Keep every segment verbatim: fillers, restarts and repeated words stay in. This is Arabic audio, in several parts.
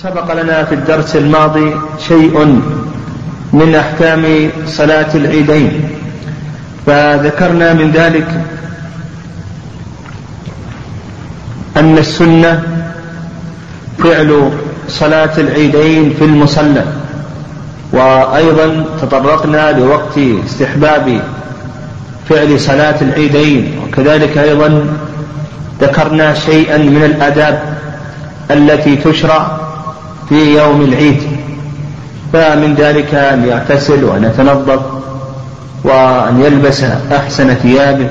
سبق لنا في الدرس الماضي شيء من أحكام صلاة العيدين، فذكرنا من ذلك أن السنة فعل صلاة العيدين في المصلى، وأيضا تطرقنا لوقت استحباب فعل صلاة العيدين، وكذلك أيضا ذكرنا شيئا من الآداب التي تشرع في يوم العيد، فمن ذلك أن يغتسل وأن يتنظف وأن يلبس أحسن ثيابه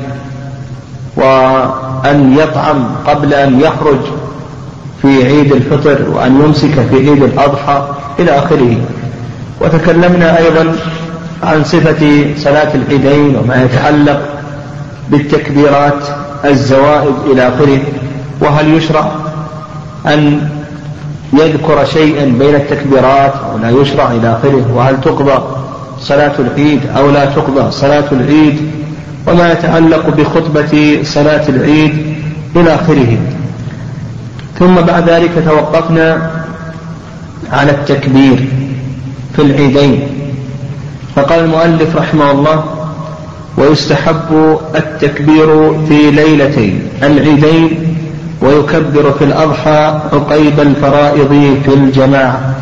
وأن يطعم قبل أن يخرج في عيد الفطر وأن يمسك في عيد الأضحى إلى آخره. وتكلمنا أيضا عن صفة صلاة العيدين وما يتعلق بالتكبيرات الزوائد إلى آخره، وهل يشرع أن يذكر شيئا بين التكبيرات أو لا يشرع إلى آخره، وهل تقضى صلاة العيد أو لا تقضى صلاة العيد، وما يتعلق بخطبة صلاة العيد إلى آخره. ثم بعد ذلك توقفنا على التكبير في العيدين، فقال المؤلف رحمه الله: ويستحب التكبير في ليلتي العيدين ويكبر في الأضحى عقيب الفرائض في الجماعة.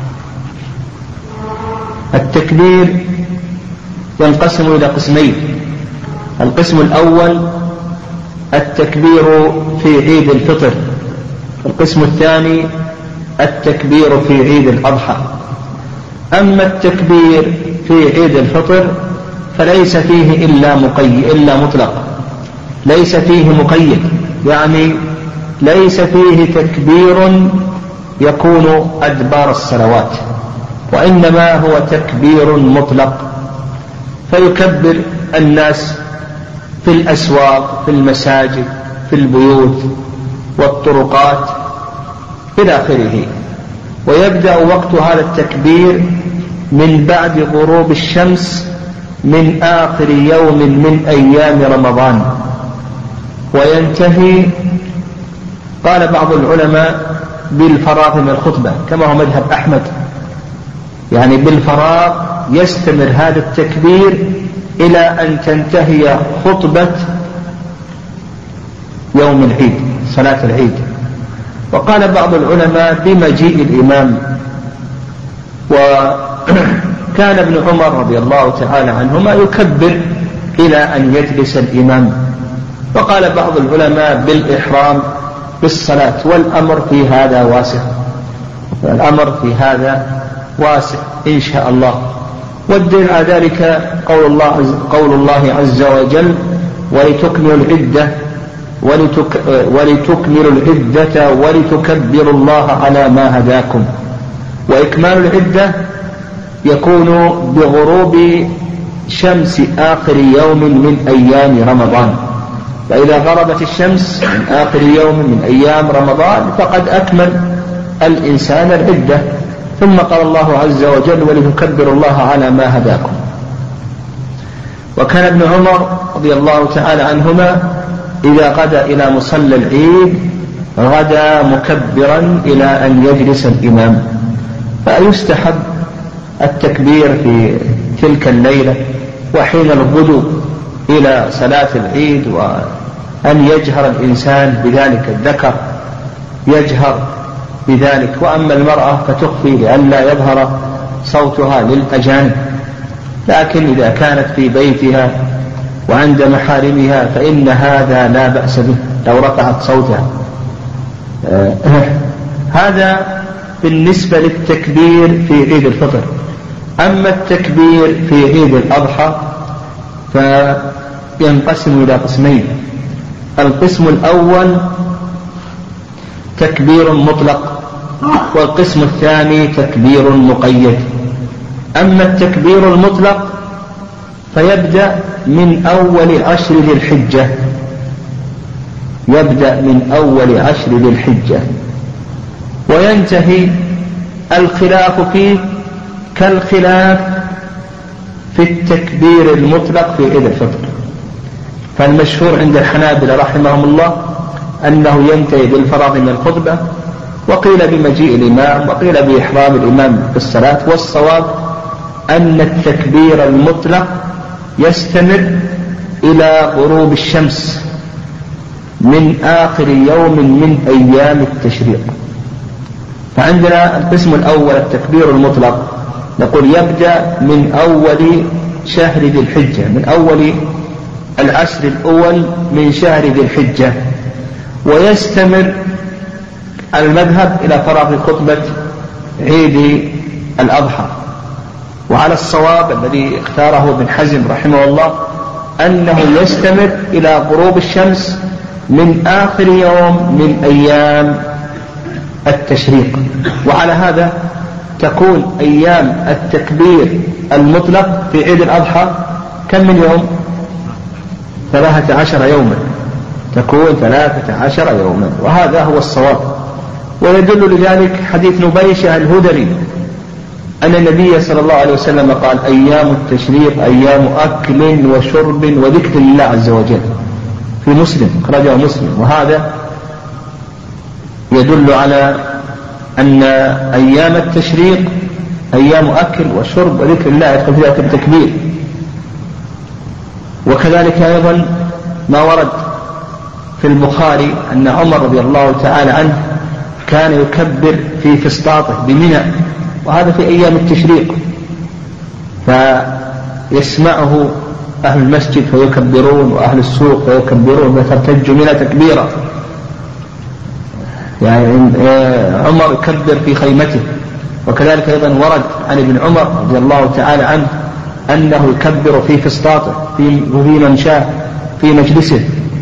التكبير ينقسم إلى قسمين: القسم الأول التكبير في عيد الفطر، القسم الثاني التكبير في عيد الأضحى. أما التكبير في عيد الفطر فليس فيه إلا مقيد إلا مطلق، ليس فيه مقيد، يعني ليس فيه تكبير يكون أدبار الصلوات، وإنما هو تكبير مطلق، فيكبر الناس في الأسواق، في المساجد، في البيوت والطرقات إلى آخره. ويبدأ وقت هذا التكبير من بعد غروب الشمس من آخر يوم من أيام رمضان، وينتهي قال بعض العلماء بالفراغ من الخطبة كما هو مذهب أحمد، يعني بالفراغ يستمر هذا التكبير إلى أن تنتهي خطبة يوم العيد صلاة العيد. وقال بعض العلماء بمجيء الإمام، وكان ابن عمر رضي الله تعالى عنهما يكبر إلى أن يجلس الإمام. وقال بعض العلماء بالإحرام بالصلاة، والأمر في هذا واسع، الأمر في هذا واسع إن شاء الله. والدليل على ذلك قول الله, قول الله عز وجل: ولتكملوا العدة ولتك ولتكملوا العدة ولتكبروا الله على ما هداكم. وإكمال العدة يكون بغروب شمس آخر يوم من أيام رمضان، فإذا غربت الشمس من آخر يوم من أيام رمضان فقد أكمل الإنسان العدة. ثم قال الله عز وجل: ولتكبروا الله على ما هداكم. وكان ابن عمر رضي الله تعالى عنهما إذا غدا إلى مصلى العيد غدا مكبرا إلى أن يجلس الإمام. فيستحب التكبير في تلك الليلة وحين الغدو إلى صلاة العيد، وأن يجهر الإنسان بذلك، الذكر يجهر بذلك، وأما المرأة فتخفي لئلا يظهر صوتها للأجانب. لكن إذا كانت في بيتها وعند محارمها فإن هذا لا بأس به لو رفعت صوتها. آه هذا بالنسبة للتكبير في عيد الفطر. أما التكبير في عيد الأضحى فينقسم إلى قسمين: القسم الأول تكبير مطلق، والقسم الثاني تكبير مقيد. أما التكبير المطلق فيبدأ من أول عشر ذي الحجة، يبدأ من أول عشر ذي الحجة وينتهي. الخلاف فيه كالخلاف في التكبير المطلق في عيد الفطر، فالمشهور عند الحنابلة رحمهم الله أنه ينتهي بالفراغ من الخطبة وقيل بمجيء الإمام، وقيل بإحرام الإمام بالصلاة. والصواب أن التكبير المطلق يستمر إلى غروب الشمس من آخر يوم من أيام التشريق. فعندنا القسم الأول التكبير المطلق، نقول يبدأ من أول شهر ذي الحجة، من أول العشر الأول من شهر ذي الحجة، ويستمر المذهب إلى فراغ خطبة عيد الأضحى. وعلى الصواب الذي اختاره ابن حزم رحمه الله أنه يستمر إلى غروب الشمس من آخر يوم من أيام التشريق. وعلى هذا تكون أيام التكبير المطلق في عيد الأضحى كم من يوم؟ ثلاثة عشر يوما، تكون ثلاثة عشر يوما، وهذا هو الصواب. ويدل لذلك حديث نبيشة الهدري أن النبي صلى الله عليه وسلم قال: أيام التشريق أيام أكل وشرب وذكر الله عز وجل، في مسلم، خرجه مسلم. وهذا يدل على أن أيام التشريق أيام أكل وشرب وذكر الله، يدخل في ذلك التكبير. وكذلك أيضا ما ورد في البخاري أن عمر رضي الله تعالى عنه كان يكبر في فسطاطه بمنى، وهذا في أيام التشريق، فيسمعه أهل المسجد فيكبرون وأهل السوق فيكبرون فترتج منى تكبيرا. يعني عمر يكبر في خيمته. وكذلك أيضا ورد عن ابن عمر رضي الله تعالى عنه أنه يكبر في فسطاطه في منشاه في مجلسه،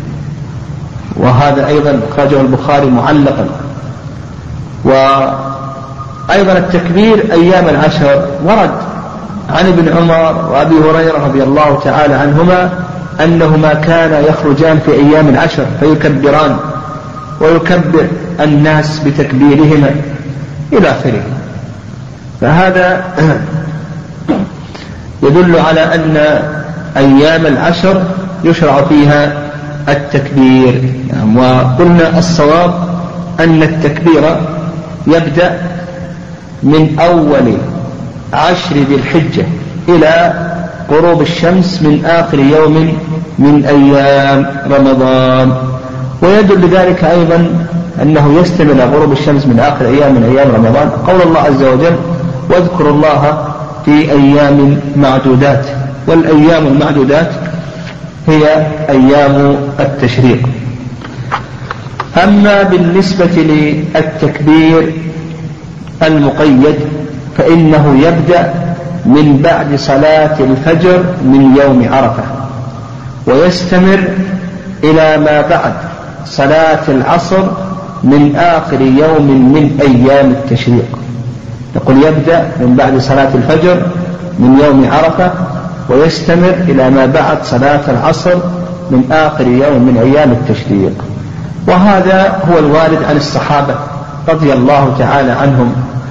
وهذا أيضا أخرجه البخاري معلقا. وأيضا التكبير أيام العشر ورد عن ابن عمر وأبي هريرة رضي الله تعالى عنهما أنهما كان يخرجان في أيام العشر فيكبران ويكبر الناس بتكبيرهما إلى آخره. فهذا يدل على أن أيام العشر يشرع فيها التكبير. وقلنا الصواب أن التكبير يبدأ من أول عشر ذي الحجة إلى غروب الشمس من آخر يوم من أيام رمضان. ويدل ذلك أيضا أنه يستمر إلى غروب الشمس من آخر أيام من أيام رمضان قول الله عز وجل: واذكروا الله في أيام معدودات. والأيام المعدودات هي أيام التشريق. أما بالنسبة للتكبير المقيد فإنه يبدأ من بعد صلاة الفجر من يوم عرفة، ويستمر إلى ما بعد صلاة العصر من آخر يوم من أيام التشريق. نقول يبدأ من بعد صلاة الفجر من يوم عرفة، ويستمر إلى ما بعد صلاة العصر من آخر يوم من أيام التشريق. وهذا هو الوارد عن الصحابة رضي الله تعالى عنهم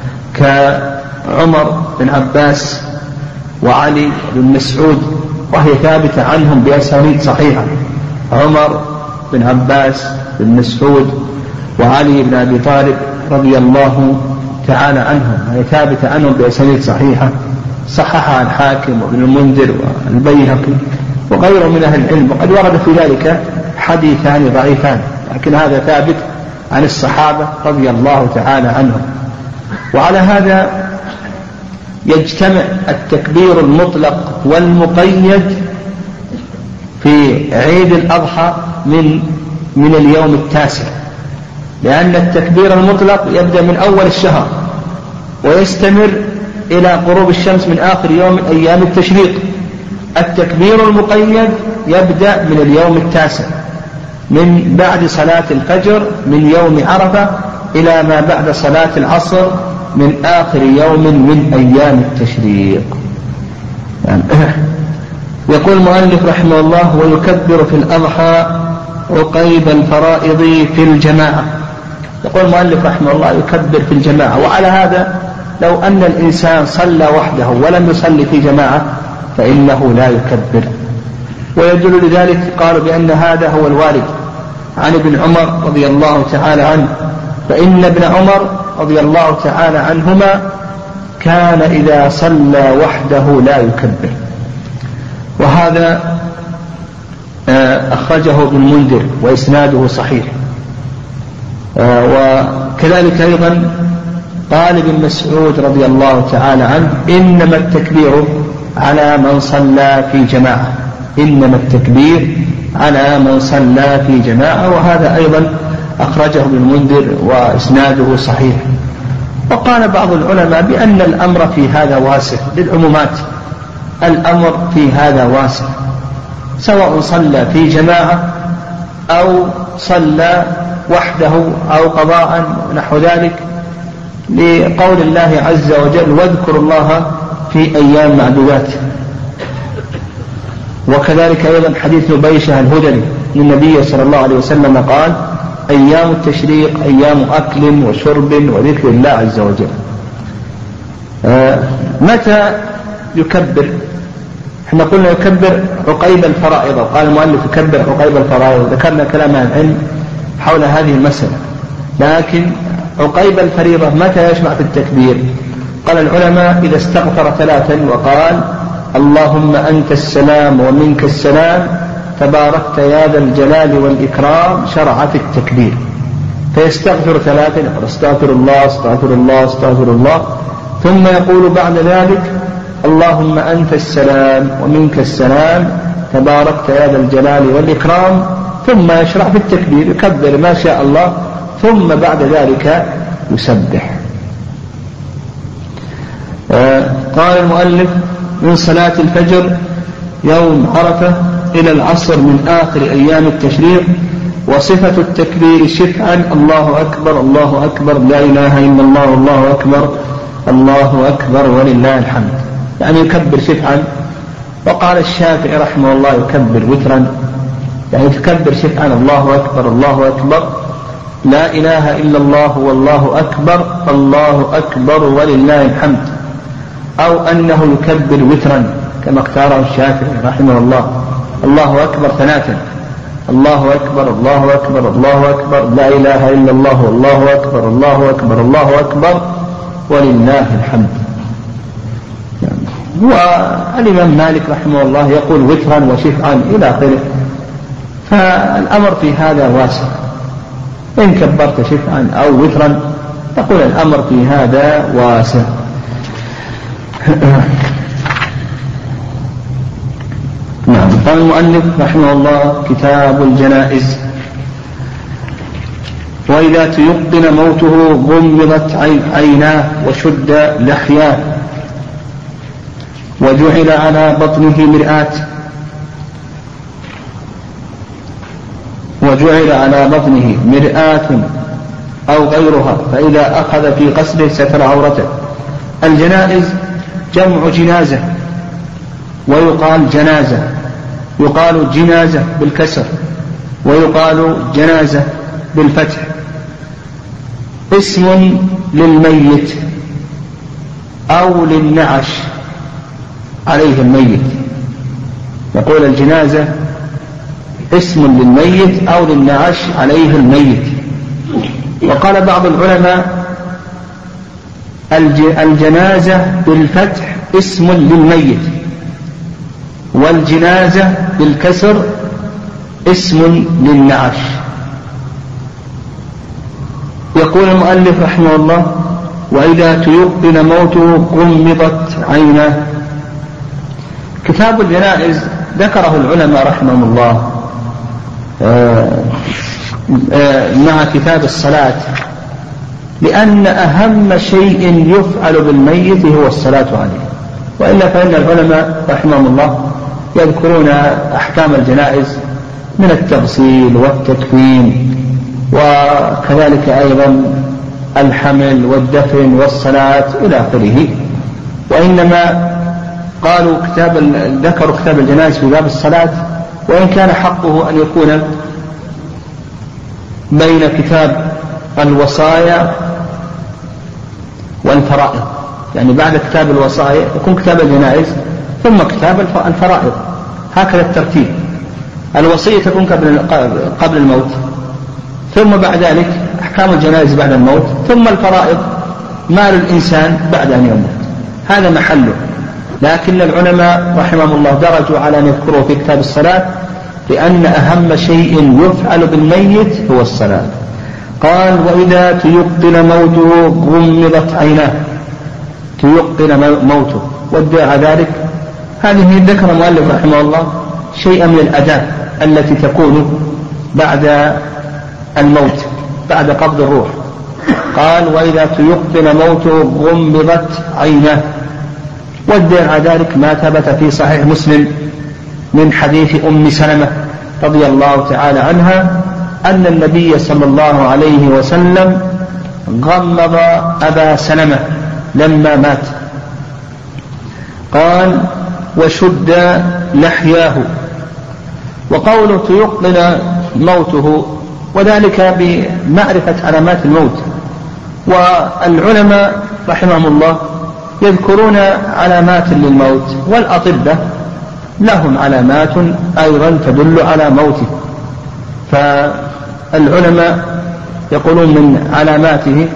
كعمر بن عباس وعلي بن مسعود، وهي ثابتة عنهم بأسانيد صحيحة. عمر بن عباس بن مسعود وعلي بن أبي طالب رضي الله تعالى عنهم، هي ثابتة عنهم بأسانيد صحيحة صححها الحاكم وابن المنذر والبيهقي وغيره من أهل العلم. وقد ورد في ذلك حديثان ضعيفان، لكن هذا ثابت عن الصحابة رضي الله تعالى عنهم. وعلى هذا يجتمع التكبير المطلق والمقيد في عيد الأضحى من من اليوم التاسع، لأن التكبير المطلق يبدأ من أول الشهر ويستمر إلى غروب الشمس من آخر يوم من أيام التشريق. التكبير المقيد يبدأ من اليوم التاسع من بعد صلاة الفجر من يوم عرفة إلى ما بعد صلاة العصر من آخر يوم من أيام التشريق. يعني يقول المؤلف رحمه الله: ويكبر في الأضحى عقيب الفرائض في الجماعة. يقول المؤلف رحمه الله: يكبر في الجماعة. وعلى هذا لو أن الإنسان صلى وحده ولم يصلي في جماعة فإنه لا يكبر. ويدل لذلك قالوا بأن هذا هو الوارد عن ابن عمر رضي الله تعالى عنه، فإن ابن عمر رضي الله تعالى عنهما كان إذا صلى وحده لا يكبر، وهذا أخرجه ابن المنذر وإسناده صحيح. وكذلك أيضا قال ابن مسعود رضي الله تعالى عنه إنما التكبير على من صلى في جماعة، إنما التكبير على من صلى في جماعة، وهذا أيضا أخرجه ابن المنذر وإسناده صحيح. وقال بعض العلماء بأن الأمر في هذا واسع للعمومات، الأمر في هذا واسع سواء صلى في جماعة أو صلى وحده أو قضاء نحو ذلك، لقول الله عز وجل واذكروا الله في أيام معدودات. وكذلك أيضا حديث نبيشة الهذلي للنبي صلى الله عليه وسلم قال أيام التشريق أيام أكل وشرب وذكر الله عز وجل. آه متى يكبر؟ احنا قلنا يكبر عقيب الفرائض، وقال المؤلف يكبر عقيب الفرائض، ذكرنا كلام العلم حول هذه المسألة. لكن عقيب الفريضة متى يشرع في التكبير؟ قال العلماء إذا استغفر ثلاثا وقال اللهم أنت السلام ومنك السلام تباركت يا ذا الجلال والإكرام، شرع في التكبير. فيستغفر ثلاثا، يقول استغفر الله استغفر الله استغفر الله، ثم يقول بعد ذلك اللهم أنت السلام ومنك السلام تباركت يا ذا الجلال والإكرام، ثم يشرع في التكبير يكبر ما شاء الله، ثم بعد ذلك يسبح. آه قال المؤلف من صلاة الفجر يوم عرفة إلى العصر من آخر أيام التشريق، وصفة التكبير شفعا الله أكبر الله أكبر لا إله إلا الله الله أكبر الله أكبر ولله الحمد، يعني يكبر شفعا. وقال الشافعي رحمه الله يكبر وترا، يعني تكبر شفعا الله أكبر الله أكبر لا إله إلا الله والله أكبر الله أكبر ولله الحمد، أو أنه يكبر وترا كما اختاره الشافعي رحمه الله الله أكبر ثلاثا، الله أكبر الله أكبر الله أكبر لا إله إلا الله والله أكبر الله أكبر الله أكبر ولله الحمد. والإمام مالك رحمه الله يقول وترا وشفعا إلى آخره. فالأمر في هذا واسع، إن كبرت شفعا أو وترا تقول الأمر في هذا واسع. نعم. قال المؤلف رحمه الله كتاب الجنائز وإذا تيقن موته غمضت عيناه وشد لحياه وجعل على بطنه مرآة وجعل على بطنه مرآة أو غيرها، فإذا أخذ في غسله ستر عورته. الجنائز جمع جنازة، ويقال جنازة، يقال جنازة بالكسر ويقال جنازة بالفتح. اسم للميت أو للنعش عليه الميت، يقول الجنازة اسم للميت أو للنعش عليه الميت. وقال بعض العلماء الجنازة بالفتح اسم للميت، والجنازة بالكسر اسم للنعش. يقول المؤلف رحمه الله وإذا تيقن موته غمضت عيناه. كتاب الجنائز ذكره العلماء رحمهم الله مع كتاب الصلاة، لأن أهم شيء يفعل بالميت هو الصلاة عليه، وإلا فإن العلماء رحمهم الله يذكرون أحكام الجنائز من التغسيل والتكفين وكذلك أيضا الحمل والدفن والصلاة إلى آخره، وإنما قالوا كتاب ذكروا كتاب الجنائز في باب الصلاة، وإن كان حقه أن يكون بين كتاب الوصايا والفرائض، يعني بعد كتاب الوصايا يكون كتاب الجنائز ثم كتاب الفرائض، هكذا الترتيب. الوصية تكون قبل قبل الموت، ثم بعد ذلك أحكام الجنائز بعد الموت، ثم الفرائض مال الإنسان بعد أن يموت، هذا محله. لكن العلماء رحمهم الله درجوا على أن يذكروا في كتاب الصلاة لأن أهم شيء يفعل بالميت هو الصلاة. قال: وإذا تيقن موته غمضت عيناه. تيقن موته وادعى ذلك، هذه ذكر المؤلف رحمه الله شيئا من الأداء التي تكون بعد الموت بعد قبض الروح. قال: وإذا تيقن موته غمضت عيناه، وادعى ذلك ما ثبت في صحيح مسلم من حديث أم سلمة رضي الله تعالى عنها أن النبي صلى الله عليه وسلم غمض أبا سلمة لما مات. قال: وشد لحياه. وقوله تيقن موته وذلك بمعرفة علامات الموت. والعلماء رحمهم الله يذكرون علامات للموت، والأطباء لهم علامات أيضا تدل على موته. فالعلماء يقولون من علاماته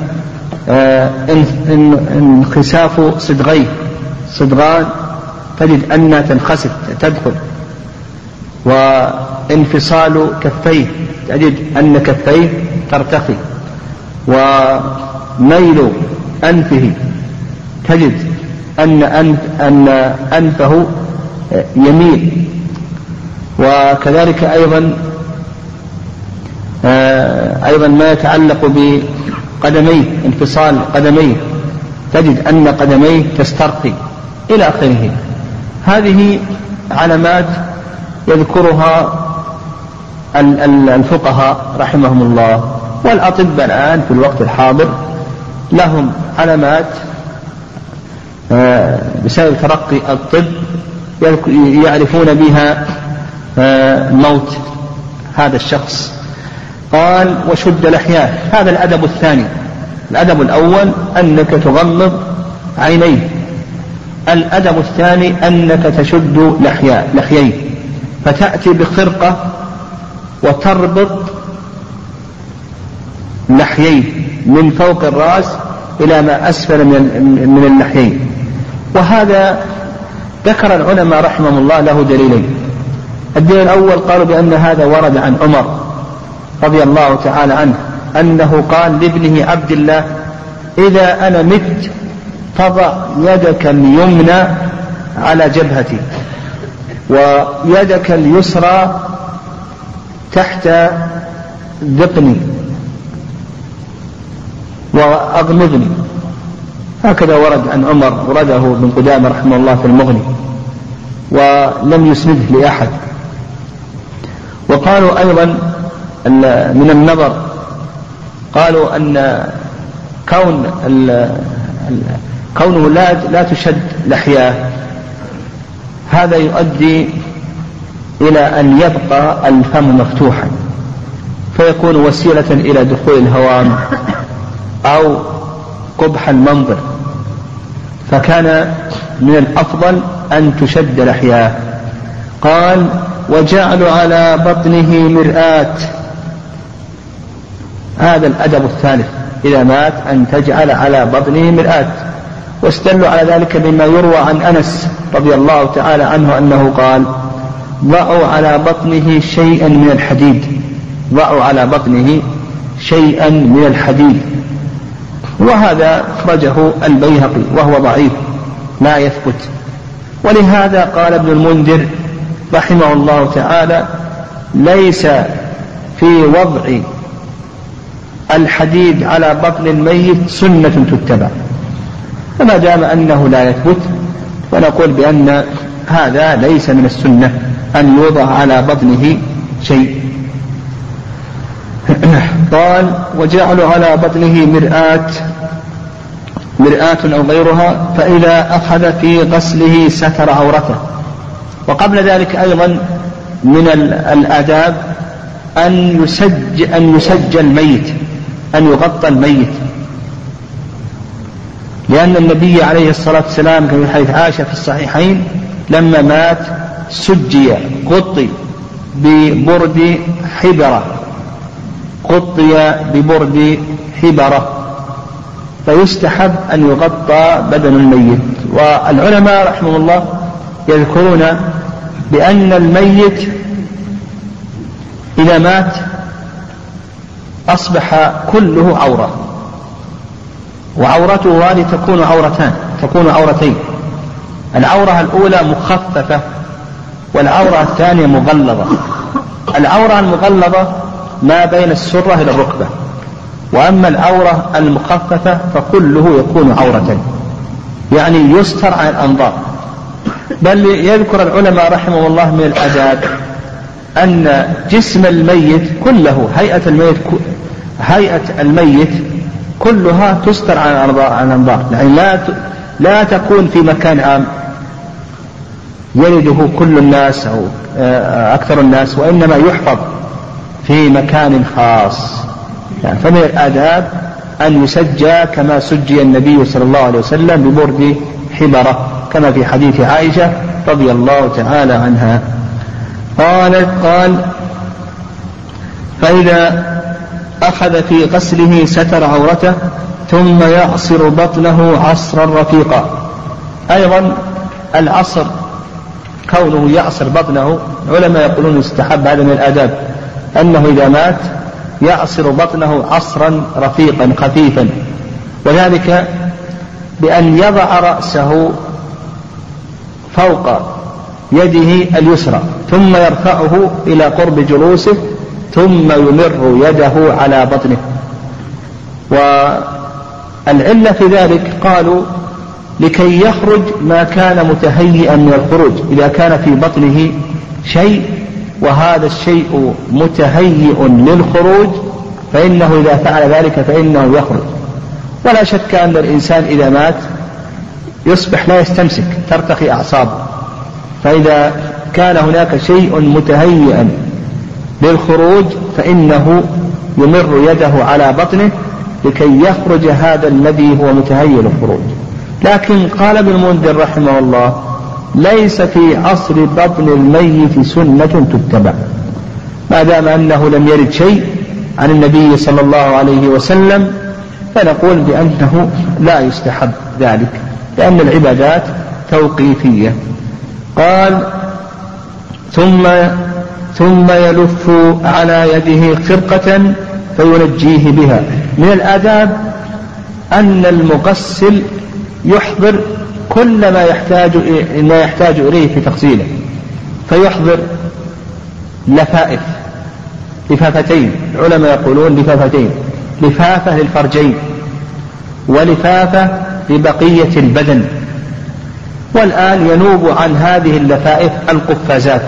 انخساف صدغيه، صدغان تجد أنها تنخسف تدخل، وانفصال كفيه تجد أن كفيه ترتخي، وميل أنفه تجد أن أن أنفه يميل، وكذلك أيضا أيضا ما يتعلق بقدميه، انفصال قدميه تجد أن قدميه تسترخي إلى آخره. هذه علامات يذكرها الفقهاء رحمهم الله. والأطباء الآن في الوقت الحاضر لهم علامات بسبب ترقي الطب يعرفون بها موت هذا الشخص. قال: وشد لحياه. هذا الأدب الثاني. الأدب الأول أنك تغمض عينيه، الأدب الثاني أنك تشد لحييه، فتأتي بخرقة وتربط لحييه من فوق الرأس إلى ما أسفل من اللحيين. وهذا ذكر العلماء رحمهم الله له دليلين. الدليل الأول قالوا بأن هذا ورد عن عمر رضي الله تعالى عنه أنه قال لابنه عبد الله: إذا أنا مت فضع يدك اليمنى على جبهتي ويدك اليسرى تحت ذقني وأغمضني. هكذا ورد عن عمر، ورده ابن قدامة رحمه الله في المغني، ولم يسنده لأحد. وقالوا أيضا من النظر، قالوا أن كون كونه لا لا تشد لحياه هذا يؤدي إلى أن يبقى الفم مفتوحا، فيكون وسيلة إلى دخول الهوام أو قبح المنظر، فكان من الأفضل أن تشد لحياه. قال: وجعل على بطنه مرآة. هذا الأدب الثالث إذا مات أن تجعل على بطنه مرآة. واستدلوا على ذلك بما يروى عن أنس رضي الله تعالى عنه أنه قال: ضعوا على بطنه شيئا من الحديد. ضعوا على بطنه شيئا من الحديد. وهذا أخرجه البيهقي وهو ضعيف لا يثبت. ولهذا قال ابن المنذر رحمه الله تعالى: ليس في وضع الحديد على بطن الميت سنة تتبع. فما دام أنه لا يثبت فنقول بأن هذا ليس من السنة أن يوضع على بطنه شيء. قال: وجعلوا على بطنه مرآة مرآة أو غيرها، فإذا أخذ في غسله ستر عورته. وقبل ذلك أيضا من الآداب أن يسج أن يسج الميت، أن يغطى الميت، لأن النبي عليه الصلاة والسلام كما في حديث عائشة في الصحيحين لما مات سجي غطي ببرد حبرة، غطي ببرد حبرة، فيستحب أن يغطى بدن الميت. والعلماء رحمه الله يذكرون بأن الميت إذا مات أصبح كله عورة، وعورته هذه تكون عورتان تكون عورتين، العورة الأولى مخففة والعورة الثانية مغلظة. العورة المغلظة ما بين السرة إلى الركبة، وأما العورة المخففة فكله يكون عورة، يعني يستر عن الأنظار. بل يذكر العلماء رحمه الله من الآداب أن جسم الميت كله، هيئة الميت هيئة الميت كلها تستر عن الأنظار، يعني لا لا تكون في مكان عام يرده كل الناس أو أكثر الناس، وإنما يحفظ في مكان خاص. يعني فمن الآداب أن يسجى كما سجي النبي صلى الله عليه وسلم ببرد حبرة، كما في حديث عائشة رضي الله تعالى عنها. قال قال فإذا أخذ في غسله ستر عورته ثم يعصر بطنه عصرا رفيقا. أيضا العصر كونه يعصر بطنه، علماء يقولون يستحب، هذا من الآداب، أنه إذا مات يعصر بطنه عصرا رفيقا خفيفا، وذلك بأن يضع رأسه فوق يده اليسرى ثم يرفعه إلى قرب جلوسه ثم يمر يده على بطنه. والعلة في ذلك قالوا لكي يخرج ما كان متهيئا من الخروج، إذا كان في بطنه شيء وهذا الشيء متهيئ للخروج فإنه إذا فعل ذلك فإنه يخرج. ولا شك أن الإنسان إذا مات يصبح لا يستمسك، ترتخي أعصابه، فإذا كان هناك شيء متهيئا للخروج فإنه يمر يده على بطنه لكي يخرج هذا الذي هو متهيئ للخروج. لكن قال ابن المنذر رحمه الله ليس في عصر بطن الميت سنة تتبع، ما دام أنه لم يرد شيء عن النبي صلى الله عليه وسلم فنقول بأنه لا يستحب ذلك، لأن العبادات توقيفية. قال ثم ثم يلف على يده خرقة فينجيه بها. من الآداب أن المغسل يحضر كل ما يحتاج ما يحتاج إليه في تغسيله، فيحضر لفائف، لفافتين، العلماء يقولون لفافتين، لفافة للفرجين ولفافة لبقية البدن. والآن ينوب عن هذه اللفائف القفازات،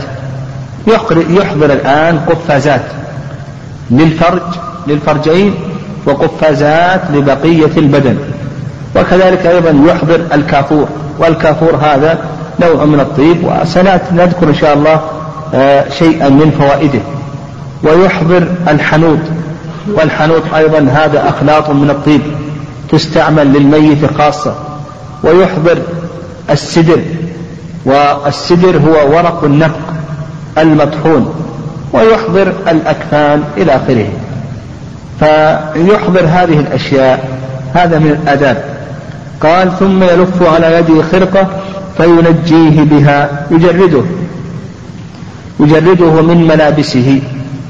يحضر الآن قفازات للفرج للفرجين وقفازات لبقية البدن، وكذلك أيضا يحضر الكافور، والكافور هذا نوع من الطيب وسنذكر إن شاء الله شيئا من فوائده. ويحضر الحنوط، والحنوط أيضا هذا أخلاط من الطيب تستعمل للميت خاصة. ويحضر السدر، والسدر هو ورق النبق المطحون. ويحضر الأكفان إلى آخره. فيحضر هذه الأشياء، هذا من الآداب. قال ثم يلف على يده خرقة فينجيه بها، يجرده يجرده من ملابسه.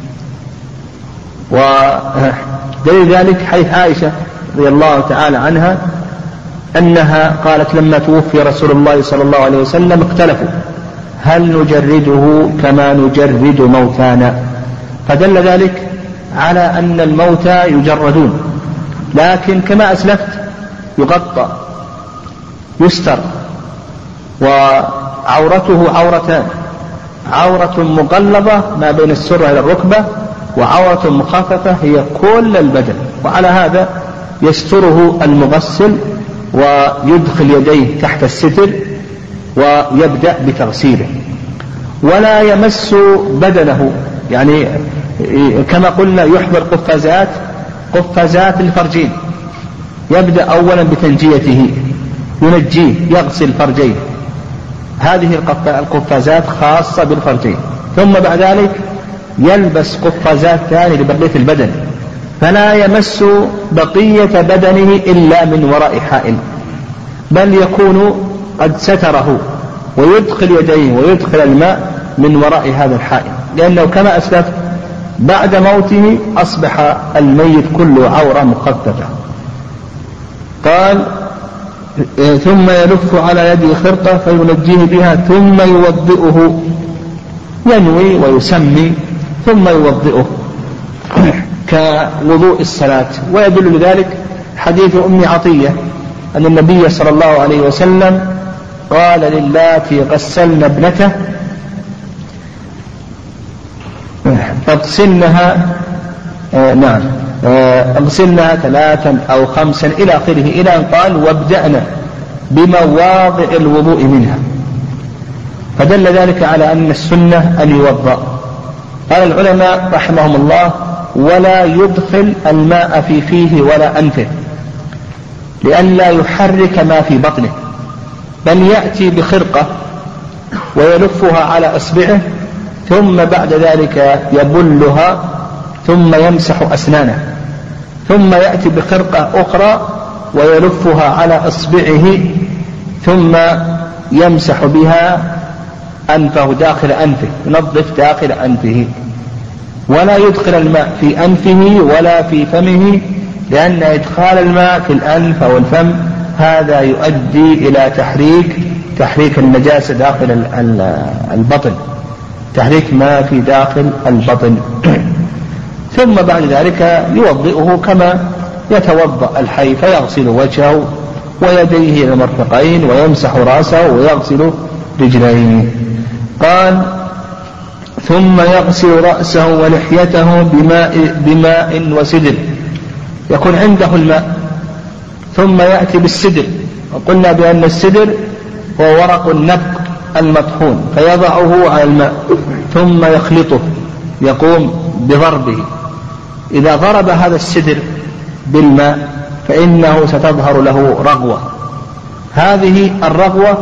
ودليل ذلك حيث عائشة رضي الله تعالى عنها أنها قالت لما توفي رسول الله صلى الله عليه وسلم اختلفوا هل نجرده كما نجرد موتانا، فدل ذلك على أن الموتى يجردون، لكن كما أسلفت يغطى يستر. وعورته عورتان، عورة مغلظة ما بين السرة إلى الركبة، وعورة مخففة هي كل البدن. وعلى هذا يستره المغسل ويدخل يديه تحت الستر ويبدأ بتغسيله، ولا يمس بدنه، يعني كما قلنا يحضر قفازات قفازات الفرجين، يبدأ أولا بتنجيته، ينجيه يغسل الفرجين، هذه القفازات خاصة بالفرجين، ثم بعد ذلك يلبس قفازات ثانية لبقية البدن فلا يمس بقية بدنه إلا من وراء حائل، بل يكون قد ستره ويدخل يديه ويدخل الماء من وراء هذا الحائل، لأنه كما أسلف بعد موته أصبح الميت كله عورة مخففة. قال ثم يلف على يده خرقة فينجيه بها ثم يوضئه، ينوي ويسمي ثم يوضئه كوضوء الصلاة. ويدل لذلك حديث أم عطية أن النبي صلى الله عليه وسلم قال للاتي غسلن ابنته اغسلنها آه نعم آه اغسلنها ثلاثا أو خمسا إلى آخره، إلى أن قال وابدأنا بمواضع الوضوء منها، فدل ذلك على أن السنة أن يوضأ. قال العلماء رحمهم الله ولا يدخل الماء في فيه ولا أنفه لئلا يحرك ما في بطنه، بل يأتي بخرقة ويلفها على أصبعه ثم بعد ذلك يبلها ثم يمسح أسنانه، ثم يأتي بخرقة أخرى ويلفها على أصبعه ثم يمسح بها أنفه داخل أنفه، ينظف داخل أنفه، ولا يدخل الماء في أنفه ولا في فمه، لأن إدخال الماء في الأنف أو الفم هذا يؤدي إلى تحريك تحريك النجاسة داخل البطن، تحريك ما في داخل البطن. ثم بعد ذلك يوضئه كما يتوضأ الحي، فيغسل وجهه ويديه إلى المرفقين ويمسح رأسه ويغسل رجليه. قال ثم يغسل رأسه ولحيته بماء, بماء وسدر، يكون عنده الماء ثم يأتي بالسدر، وقلنا بأن السدر هو ورق النبق المطحون، فيضعه على الماء ثم يخلطه، يقوم بضربه. إذا ضرب هذا السدر بالماء فإنه ستظهر له رغوة، هذه الرغوة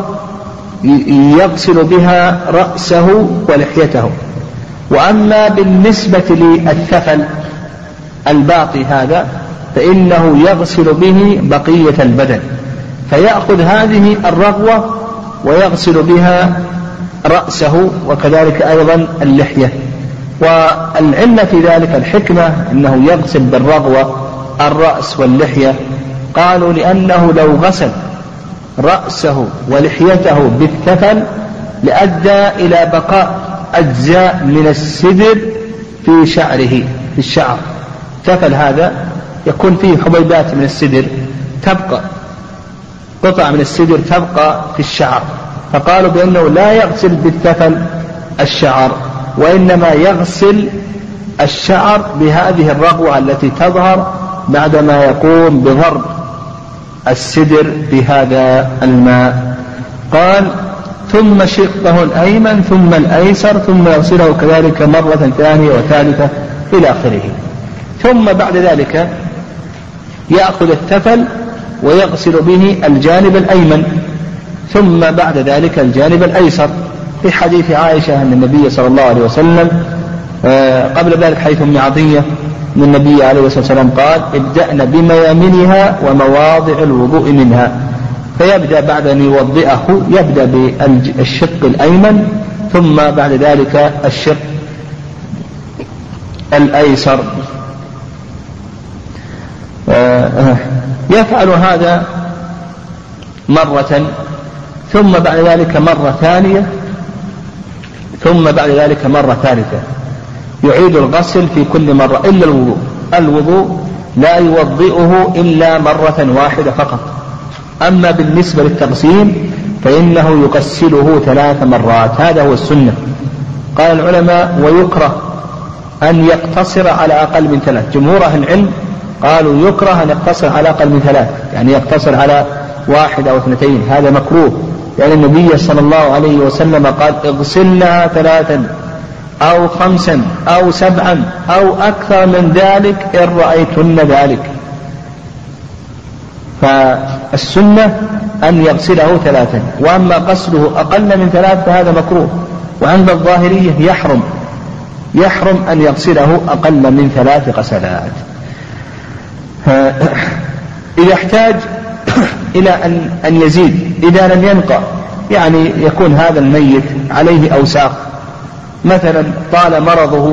يغسل بها رأسه ولحيته. وأما بالنسبة للثفل الباقي هذا فإنه يغسل به بقية البدن، فيأخذ هذه الرغوة ويغسل بها رأسه وكذلك أيضا اللحية. والعلة في ذلك الحكمة أنه يغسل بالرغوة الرأس واللحية، قالوا لأنه لو غسل رأسه ولحيته بالثفل لأدى إلى بقاء أجزاء من السدر في شعره في الشعر. الثفل هذا يكون فيه حبيبات من السدر تبقى، قطع من السدر تبقى في الشعر، فقالوا بأنه لا يغسل بالثفل الشعر، وإنما يغسل الشعر بهذه الرغوة التي تظهر بعدما يقوم بضرب السدر بهذا الماء. قال ثم شقه الأيمن ثم الأيسر ثم يغسله كذلك مرة ثانية وثالثة إلى آخره. ثم بعد ذلك يأخذ الثفل ويغسل به الجانب الأيمن ثم بعد ذلك الجانب الأيسر، في حديث عائشة أن النبي صلى الله عليه وسلم قبل ذلك حيث أم عطية أن النبي عليه الصلاة والسلام قال ابدأنا بميامنها ومواضع الوضوء منها، فيبدأ بعد أن يوضئه يبدأ بالشق الأيمن ثم بعد ذلك الشق الأيسر. يفعل هذا مرة ثم بعد ذلك مرة ثانية ثم بعد ذلك مرة ثالثة، يعيد الغسل في كل مرة إلا الوضوء. الوضوء لا يوضئه إلا مرة واحدة فقط. أما بالنسبة للتغسيل فإنه يغسله ثلاث مرات، هذا هو السنة. قال العلماء ويكره أن يقتصر على أقل من ثلاث. جمهور أهل العلم قالوا يكره أن يقتصر على أقل من ثلاث، يعني يقتصر على واحد أو اثنتين، هذا مكروه، يعني النبي صلى الله عليه وسلم قال اغسلنها ثلاثا أو خمسا أو سبعا أو أكثر من ذلك إن رأيتن ذلك. فالسنة أن يغسله ثلاثا، وأما غسله أقل من ثلاث فهذا مكروه. وعند الظاهرية يحرم يحرم أن يغسله أقل من ثلاث غسلات. إذا احتاج إلى أن, أن يزيد إذا لم ينقى، يعني يكون هذا الميت عليه أوساخ، مثلا طال مرضه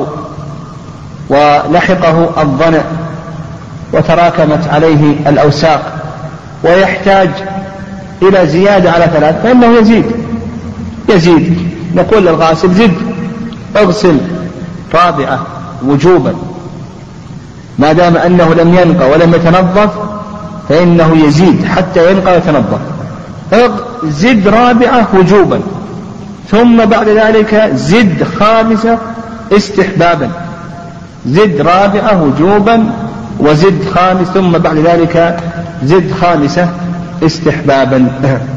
ولحقه الظنع وتراكمت عليه الأوساخ ويحتاج إلى زيادة على ثلاث، فإنه يزيد يزيد نقول للغاسل زد، اغسل رابعة وجوبا، ما دام أنه لم ينقى ولم يتنظف فإنه يزيد حتى ينقى ويتنظف، زد رابعة وجوبا، ثم بعد ذلك زد خامسة استحبابا، زد رابعة وجوبا وزد خامس، ثم بعد ذلك زد خامسة استحبابا.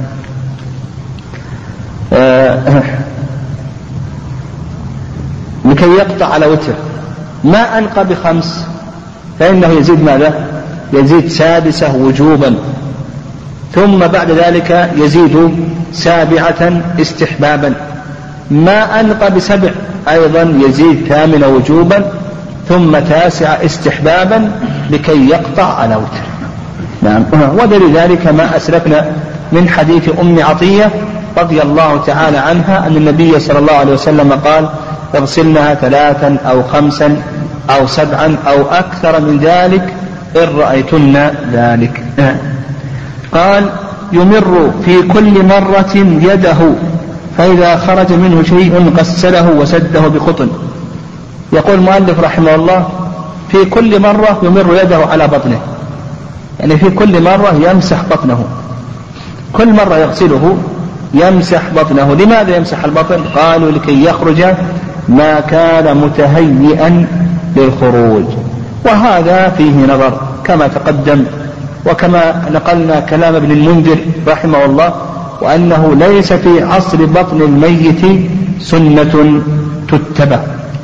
لكي يقطع على وتر. ما أنقى بخمس فإنه يزيد ماذا؟ يزيد سادسة وجوبا، ثم بعد ذلك يزيد سابعة استحبابا. ما أنقى بسبع أيضا يزيد ثامنة وجوبا، ثم تاسعة استحبابا لكي يقطع على وتر. نعم. ودليل ذلك ما أسلفنا من حديث أم عطية رضي الله تعالى عنها أن النبي صلى الله عليه وسلم قال: اغسلنها ثلاثا أو خمسا أو سبعا أو أكثر من ذلك إن رأيتن ذلك. قال: يمر في كل مرة يده، فإذا خرج منه شيء غسله وسده بقطن. يقول المؤلف رحمه الله: في كل مرة يمر يده على بطنه، يعني في كل مرة يمسح بطنه، كل مرة يغسله يمسح بطنه. لماذا يمسح البطن؟ قالوا: لكي يخرج ما كان متهيئا للخروج. وهذا فيه نظر كما تقدم، وكما نقلنا كلام ابن المنذر رحمه الله، وأنه ليس في عصر بطن الميت سنة تتبع.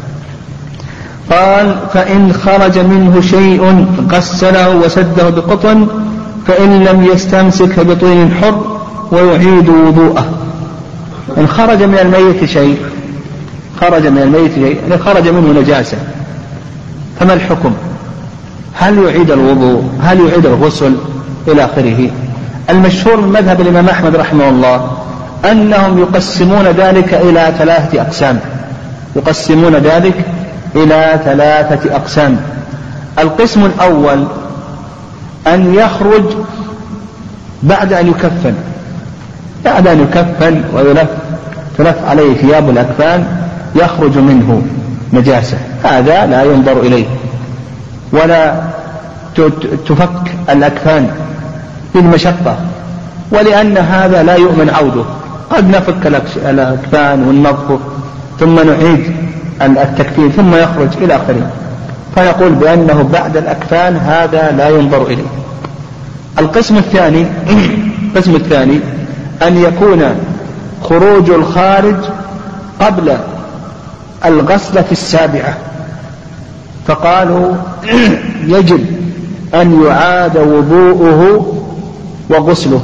قال: فإن خرج منه شيء غسله وسده بقطن، فإن لم يستمسك بطين حر ويعيد وضوءه. إن خرج من الميت شيء خرج من الميت شيء يعني خرج منه نجاسة، فما الحكم؟ هل يعيد الوضوء؟ هل يعيد الغسل؟ إلى آخره. المشهور من مذهب الإمام أحمد رحمه الله أنهم يقسمون ذلك إلى ثلاثة أقسام، يقسمون ذلك إلى ثلاثة أقسام. القسم الأول أن يخرج بعد أن يكفن، بعد أن يكفن ويلف تلف عليه ثياب الأكفان يخرج منه نجاسة، هذا لا ينظر إليه، ولا تفك الأكفان بالمشقة، ولأن هذا لا يؤمن عوده، قد نفك الأكفان وننظفه ثم نعيد التكفين ثم يخرج إلى آخره، فنقول بأنه بعد الأكفان هذا لا ينظر إليه. القسم الثاني القسم الثاني أن يكون خروج الخارج قبل الغسلة السابعة، فقالوا يجب أن يعاد وضوءه وغسله.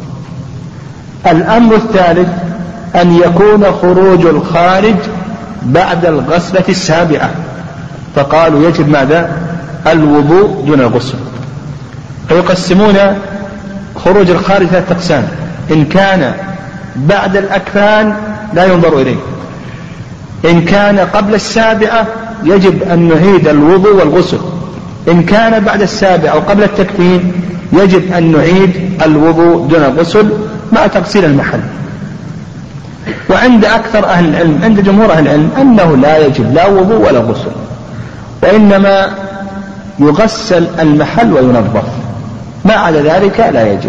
الأمر الثالث أن يكون خروج الخارج بعد الغسلة السابعة، فقالوا يجب ماذا؟ الوضوء دون الغسل. فيقسمون خروج الخارج ثلاثة أقسام: إن كان بعد الأكفان لا ينظر إليه، إن كان قبل السابعة يجب أن نعيد الوضوء والغسل، إن كان بعد السابعة أو قبل التكفين يجب أن نعيد الوضوء دون الغسل مع تغسيل المحل. وعند أكثر أهل العلم، عند جمهور أهل العلم، أنه لا يجب لا وضوء ولا غسل، وإنما يغسل المحل وينظف، ما عدا ذلك لا يجب.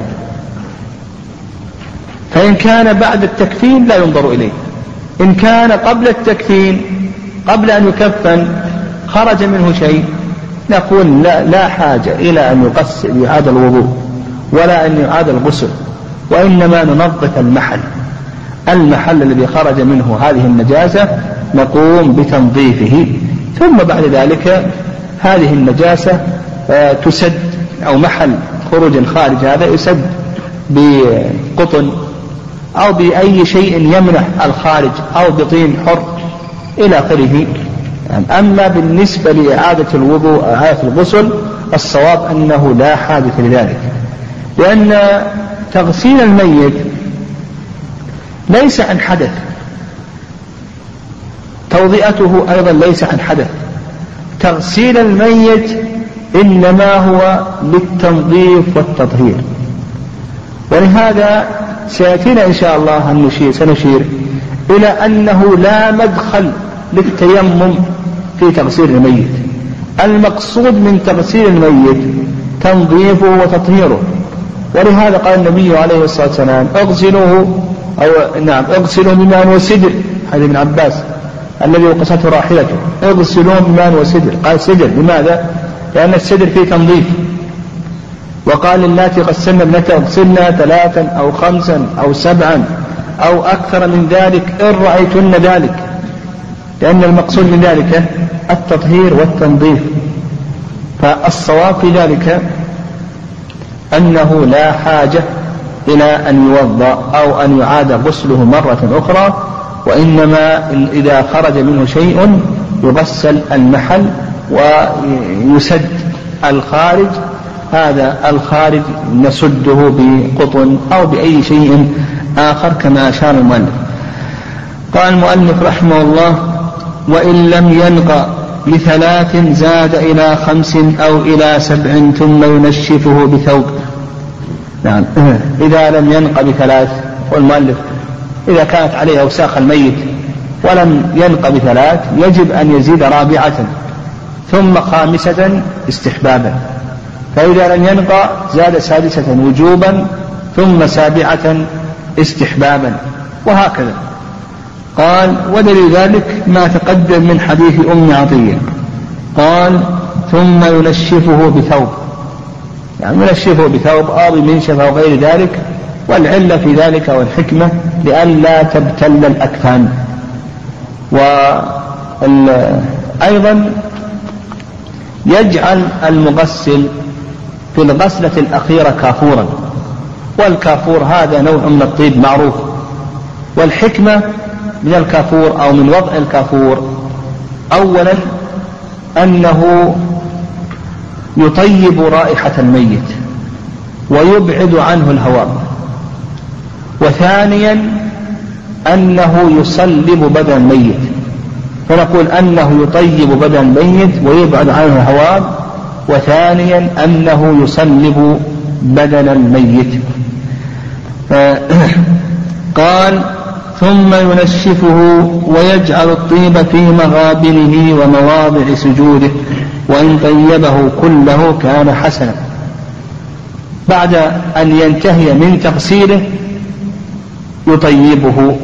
فإن كان بعد التكفين لا ينظر إليه، إن كان قبل التكفين قبل أن يكفن خرج منه شيء نقول لا, لا حاجة إلى أن يغسل يعاد الوضوء ولا أن يعاد الغسل، وإنما ننظف المحل المحل الذي خرج منه هذه النجاسة، نقوم بتنظيفه، ثم بعد ذلك هذه النجاسة تسد، أو محل خروج الخارج هذا يسد بقطن أو بأي شيء يمنع الخارج أو بطين حر إلى آخره. أما بالنسبة لإعادة الوضوء أو إعادة الغسل الصواب أنه لا حاجة لذلك، لأن تغسيل الميت ليس عن حدث، توضئته أيضا ليس عن حدث. تغسيل الميت إنما هو للتنظيف والتطهير، ولهذا سيأتينا إن شاء الله أن نشير سنشير إلى أنه لا مدخل للتيمم في تغسيل الميت. المقصود من تغسيل الميت تنظيفه وتطهيره، ولهذا قال النبي عليه الصلاة والسلام اغسلوه أو نعم اغسلوه بماء وسدر، هذا ابن عباس الذي وقصته راحلته، اغسلوه بماء وسدر. قال سدر لماذا؟ لأن السدر فيه تنظيف. وقال اللاتي غسلن ابنته اغسلنا ثلاثا أو خمسا أو سبعا أو أكثر من ذلك إن رأيتن ذلك، لأن المقصود من ذلك التطهير والتنظيف. فالصواب في ذلك أنه لا حاجة إلى أن يوضأ أو أن يعاد غسله مرة أخرى، وإنما إذا خرج منه شيء يغسل المحل ويسد الخارج، هذا الخارج نسده بقطن أو بأي شيء آخر كما أشار المؤلف. قال المؤلف رحمه الله وإن لم ينقى لثلاث زاد إلى خمس أو إلى سبع ثم ينشفه بثوب. نعم إذا لم ينقى بثلاث، والمؤلف إذا كانت عليه أوساخ الميت ولم ينقى بثلاث يجب أن يزيد رابعة ثم خامسة استحبابا، فإذا لم ينقى زاد سادسة وجوبا ثم سابعة استحبابا، وهكذا. قال ودليل ذلك ما تقدم من حديث أم عطية، قال ثم ينشفه بثوب، يعني ينشفه بثوب أو بمنشف أو غير ذلك، والعلة في ذلك والحكمة لئلا تبتل الأكفان. وأيضا يجعل المغسل في الغسلة الأخيرة كافورا، والكافور هذا نوع من الطيب معروف. والحكمة من الكافور أو من وضع الكافور أولا أنه يطيب رائحة الميت ويبعد عنه الهواء، وثانيا أنه يصلب بدن الميت، فنقول أنه يطيب بدن الميت ويبعد عنه الهواء، وثانيا أنه يصلب بدن الميت. قال ثم ينشفه ويجعل الطيب في مغابنه ومواضع سجوده، وإن طيبه كله كان حسنا. بعد أن ينتهي من تغسيله يطيبه،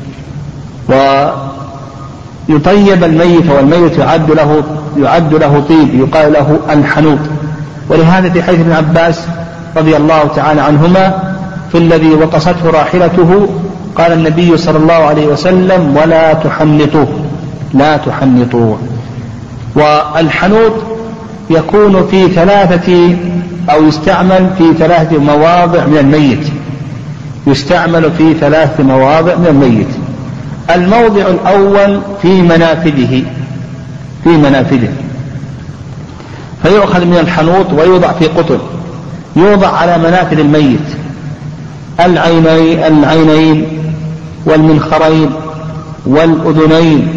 ويطيب الميت، والميت يعد له يعد له طيب يقال له الحنوط. ولهذا في حديث ابن عباس رضي الله تعالى عنهما في الذي وقصته راحلته قال النبي صلى الله عليه وسلم ولا تحنطوه لا تحنطوه. والحنوط يكون في ثلاثة أو يستعمل في ثلاثة مواضع من الميت، يستعمل في ثلاث مواضع من الميت. الموضع الأول في منافذه في منافذه فيؤخذ من الحنوط ويوضع في قطن، يوضع على منافذ الميت، العينين العينين والمنخرين والأذنين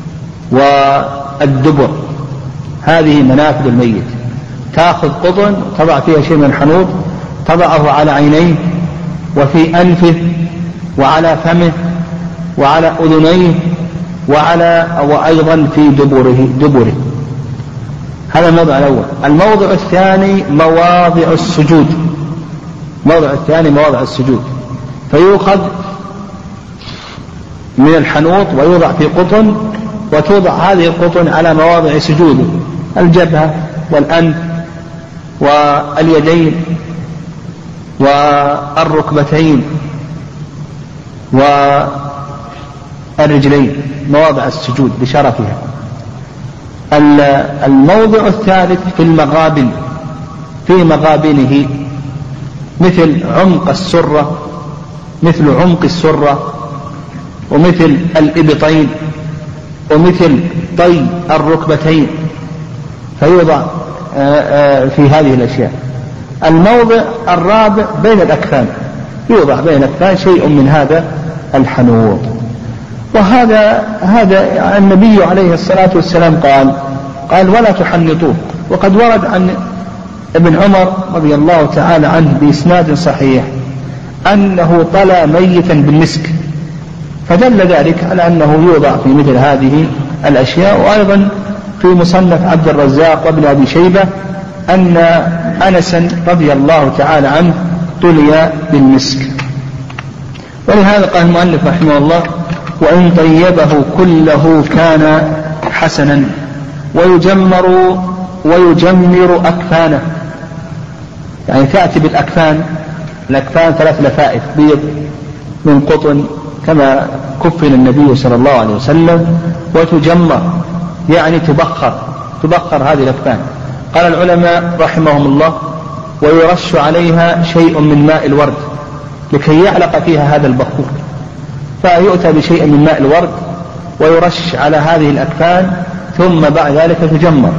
والدبر، هذه منافذ الميت. تأخذ قطن تضع فيها شيء من الحنوط، تضعه على عينيه وفي أنفه وعلى فمه وعلى أذنيه وعلى وأيضا في دبره دبره هذا الموضع الأول. الموضع الثاني مواضع السجود، الموضع الثاني مواضع السجود، فيؤخذ من الحنوط ويوضع في قطن، وتوضع هذه القطن على مواضع سجوده، الجبهة والأنف واليدين والركبتين والرجلين، مواضع السجود بشرفها. الموضع الثالث في المغابن، في مغابنه مثل عمق السرة، مثل عمق السرة ومثل الإبطين ومثل طي الركبتين، فيوضع في هذه الأشياء. الموضع الرابع بين الأكفان، يوضع بين الأكفان شيء من هذا الحنوط. وهذا هذا النبي عليه الصلاة والسلام قال قال ولا تحنطوه. وقد ورد عن ابن عمر رضي الله تعالى عنه بإسناد صحيح أنه طلى ميتا بالمسك، فدل ذلك على أنه يوضع في مثل هذه الأشياء. وأيضا في مصنف عبد الرزاق وابن أبي شيبة أن أنسا رضي الله تعالى عنه طلي بالمسك. ولهذا قال المؤلف رحمه الله وإن طيبه كله كان حسنا ويجمر ويجمر أكفانه، يعني تأتي بالأكفان، الأكفان ثلاث لفائف بيض من قطن كما كفن النبي صلى الله عليه وسلم، وتجمر يعني تبخر تبخر هذه الأكفان. قال العلماء رحمهم الله ويرش عليها شيء من ماء الورد لكي يعلق فيها هذا البخور، فيؤتى بشيء من ماء الورد ويرش على هذه الأكفان ثم بعد ذلك تجمر،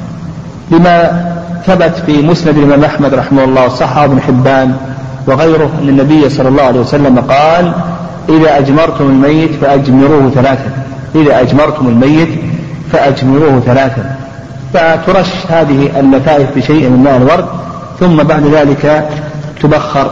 لما ثبت في مسند الإمام أحمد رحمه الله صححه ابن حبان وغيره أن النبي صلى الله عليه وسلم قال إذا أجمرتم الميت فأجمروه ثلاثا، إذا أجمرتم الميت فأجمروه ثلاثا. فترش هذه اللفائف بشيء من ماء الورد ثم بعد ذلك تبخر.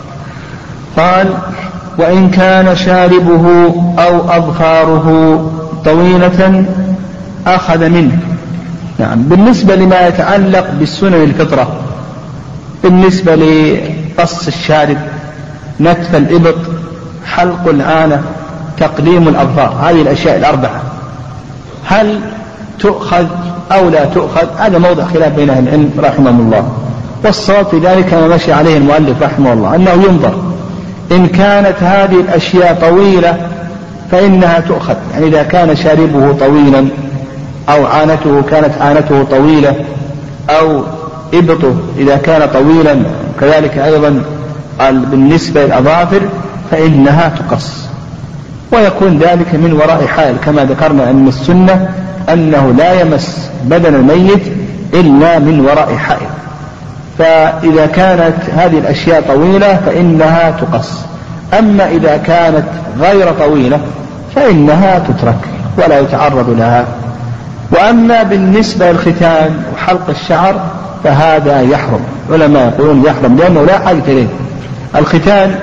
قال وإن كان شاربه أو أظفاره طويلة أخذ منه. نعم. بالنسبة لما يتعلق بالسنن الفطرة، بالنسبة لقص الشارب، نتف الإبط، حلق العانة، تقليم الأظفار، هذه الأشياء الأربعة هل تؤخذ أو لا تؤخذ؟ هذا موضع خلاف بين أهل العلم رحمهم الله. والصواب في ذلك ما مشي عليه المؤلف رحمه الله أنه ينظر، إن كانت هذه الأشياء طويلة فإنها تؤخذ، يعني إذا كان شاربه طويلا أو عانته كانت عانته طويلة أو إبطه إذا كان طويلا، كذلك أيضا قال بالنسبة للأظافر فإنها تقص، ويكون ذلك من وراء حائل كما ذكرنا أن السنة أنه لا يمس بدن الميت إلا من وراء حائل. فإذا كانت هذه الأشياء طويلة فإنها تقص، أما إذا كانت غير طويلة فإنها تترك ولا يتعرض لها. وأما بالنسبة للختان وحلق الشعر فهذا يحرم، علماء يقولون يحرم لأنه لا حاجة إليه. الختان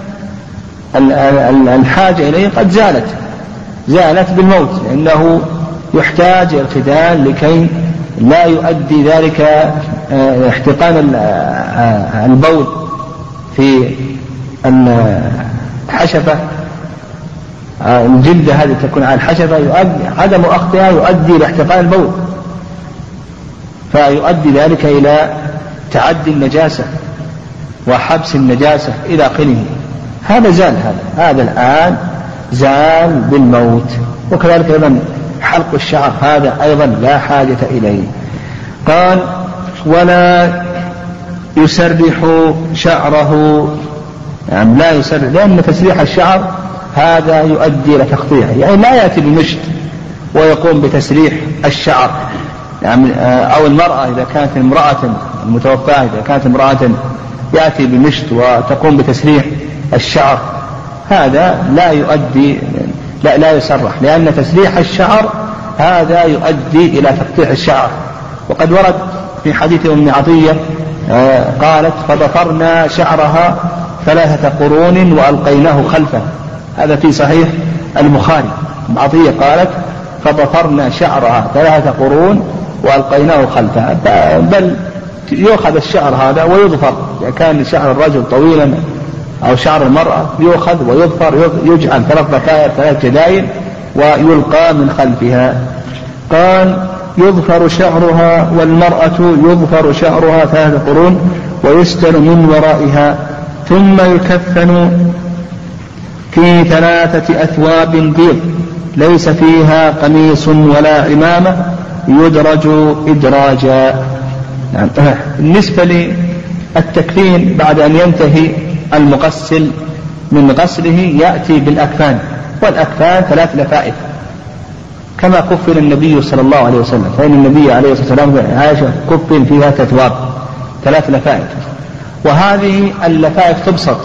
الحاجة إليه قد زالت زالت بالموت، لأنه يحتاج الختان لكي لا يؤدي ذلك احتقان البول في الحشفة، الجلدة هذه تكون على الحشفة، يؤدي عدم أخذها يؤدي لاحتقان البول، فيؤدي ذلك إلى تعدي النجاسة وحبس النجاسة إلى آخره. هذا زال، هذا هذا الآن زال بالموت. وكذلك أيضا حلق الشعر هذا أيضا لا حاجة إليه. قال ولا يسرح شعره، يعني لا يسرح، لأن تسريح الشعر هذا يؤدي إلى تقطيعه، يعني لا يأتي بالمشط ويقوم بتسريح الشعر، يعني أو المرأة إذا كانت امرأة المتوفاة إذا كانت امرأة يأتي بالمشط وتقوم بتسريح الشعر، هذا لا يؤدي لا لا يسرح، لأن تسريح الشعر هذا يؤدي إلى تقطيع الشعر. وقد ورد في حديث أم عطية قالت فضفرنا شعرها ثلاثة قرون وألقيناه خلفه، هذا في صحيح البخاري. أم عطية قالت فضفرنا شعرها ثلاثة قرون وألقيناه خلفه، بل يؤخذ الشعر هذا ويضفر، إذا كان شعر الرجل طويلا أو شعر المرأة يؤخذ ويضفر، يجعل ثلاث ضفائر ثلاث جدايل ويلقى من خلفها. قال يضفر شعرها والمرأة يضفر شعرها ثلاث قرون ويستل من ورائها، ثم يكفن في ثلاثة أثواب بيض ليس فيها قميص ولا عمامة يدرج إدراجا. يعني بالنسبة للتكفين بعد أن ينتهي المغسل من غسله يأتي بالأكفان، والأكفان ثلاث لفائف كما كفن النبي صلى الله عليه وسلم، فإن النبي عليه الصلاة والسلام عاش كفن فيها تتواب ثلاث لفائف، وهذه اللفائف تبسط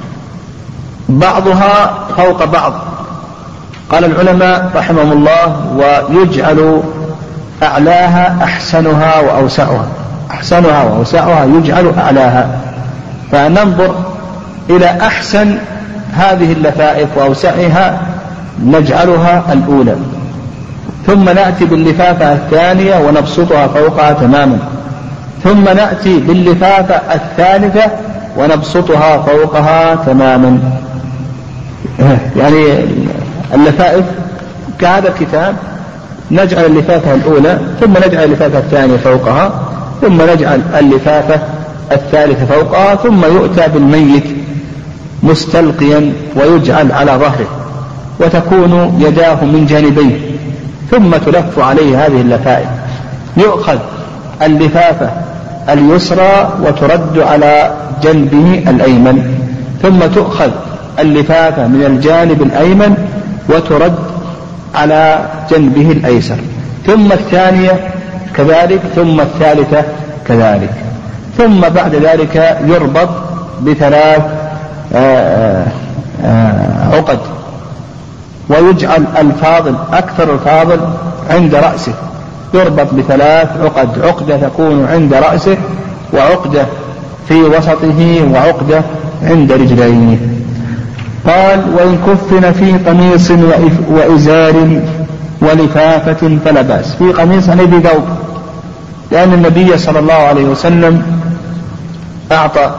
بعضها فوق بعض. قال العلماء رحمهم الله: ويجعل أعلاها أحسنها وأوسعها، أحسنها وأوسعها يجعل أعلاها، فننظر إلى أحسن هذه اللفائف وأوسعها نجعلها الأولى، ثم نأتي باللفافة الثانية ونبسطها فوقها تماما، ثم نأتي باللفافة الثالثة ونبسطها فوقها تماما. يعني اللفائف كهذا الكتاب نجعل اللفافة الأولى ثم نجعل اللفافة الثانية فوقها ثم نجعل اللفافة الثالثة فوقها، ثم يؤتى بالميت مستلقيا ويجعل على ظهره وتكون يداه من جانبيه، ثم تلف عليه هذه اللفائف، يؤخذ اللفافة اليسرى وترد على جنبه الأيمن، ثم تؤخذ اللفافة من الجانب الأيمن وترد على جنبه الأيسر، ثم الثانية كذلك، ثم الثالثة كذلك، ثم بعد ذلك يربط بثلاث آآ آآ عقد، ويجعل الفاضل أكثر الفاضل عند رأسه، يربط بثلاث عقد، عقدة تكون عند رأسه وعقدة في وسطه وعقدة عند رجليه. قال: وإن كفن في قميص وإزار ولفافة فلا بأس. في قميص يعني في ثوب، لأن النبي صلى الله عليه وسلم أعطى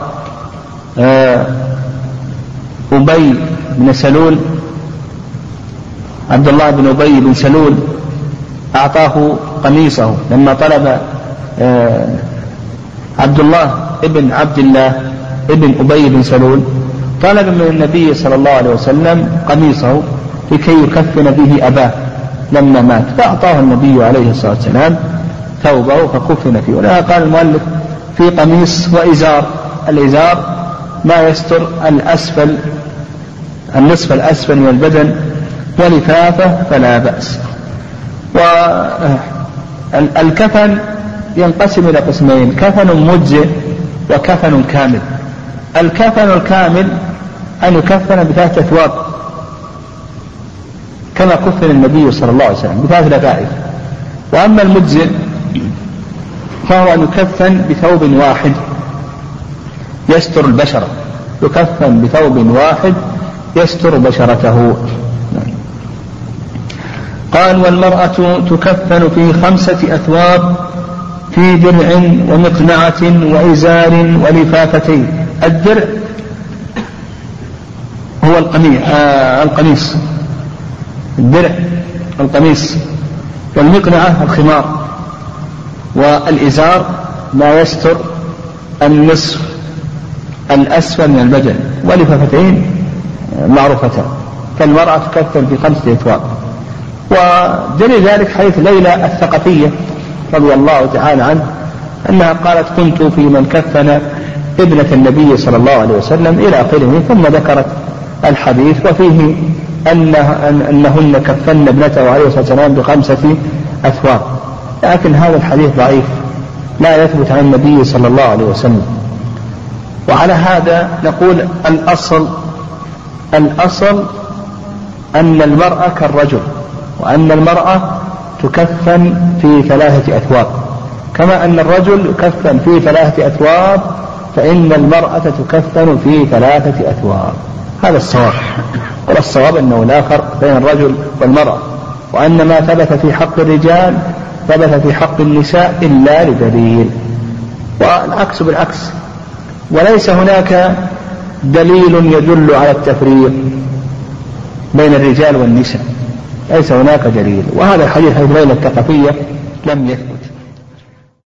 أبي بن سلول، عبد الله بن أبي بن سلول أعطاه قميصه لما طلب عبد الله ابن عبد الله ابن أبي بن سلول، طلب من النبي صلى الله عليه وسلم قميصه لكي يكفن به أباه لما مات، فأعطاه النبي عليه الصلاة والسلام ثوبه فكفن فيه. ولها قال المؤلف: في قميص وإزار. الإزار ما يستر الأسفل، النصف الأسفل من البدن، ولفافة فلا بأس. والكفن ينقسم إلى قسمين: كفن مجزئ وكفن كامل. الكفن الكامل أن يكفن بثلاث أثواب كما كفن النبي صلى الله عليه وسلم بثلاث لفائف. وأما المجزئ فهو أن يكفن بثوب واحد يستر البشرة، يكفن بثوب واحد يستر بشرته. قال: والمرأة تكفن في خمسة أثواب في درع ومقنعة وإزار ولفافتين. الدرع هو القميص، آه القميص الدرع القميص، والمقنعة الخمار، والإزار ما يستر النصف الأسفل من البدن، ولفافتين معروفتان. فالمرأة تكفن في خمسة أثواب. ودليل ذلك حديث ليلى الثقفية رضي الله تعالى عنه أنها قالت: كنت في من كفن ابنة النبي صلى الله عليه وسلم إلى آخره، ثم ذكرت الحديث وفيه أنه أنهن كفن ابنته عليه الصلاة والسلام بخمسة أثواب، لكن هذا الحديث ضعيف لا يثبت عن النبي صلى الله عليه وسلم. وعلى هذا نقول الأصل الأصل أن المرأة كالرجل، وأن المرأة تكفن في ثلاثة أثواب، كما أن الرجل يكفن في ثلاثة أثواب فإن المرأة تكفن في ثلاثة أثواب. هذا الصواب. والصواب أنه لا فرق بين الرجل والمرأة، وأن ما ثبت في حق الرجال ثبت في حق النساء إلا لدليل، والعكس بالعكس. وليس هناك دليل يدل على التفريق بين الرجال والنساء، ليس هناك دليل. وهذا الحديث حديث ليلى الثقفية لم يثبت.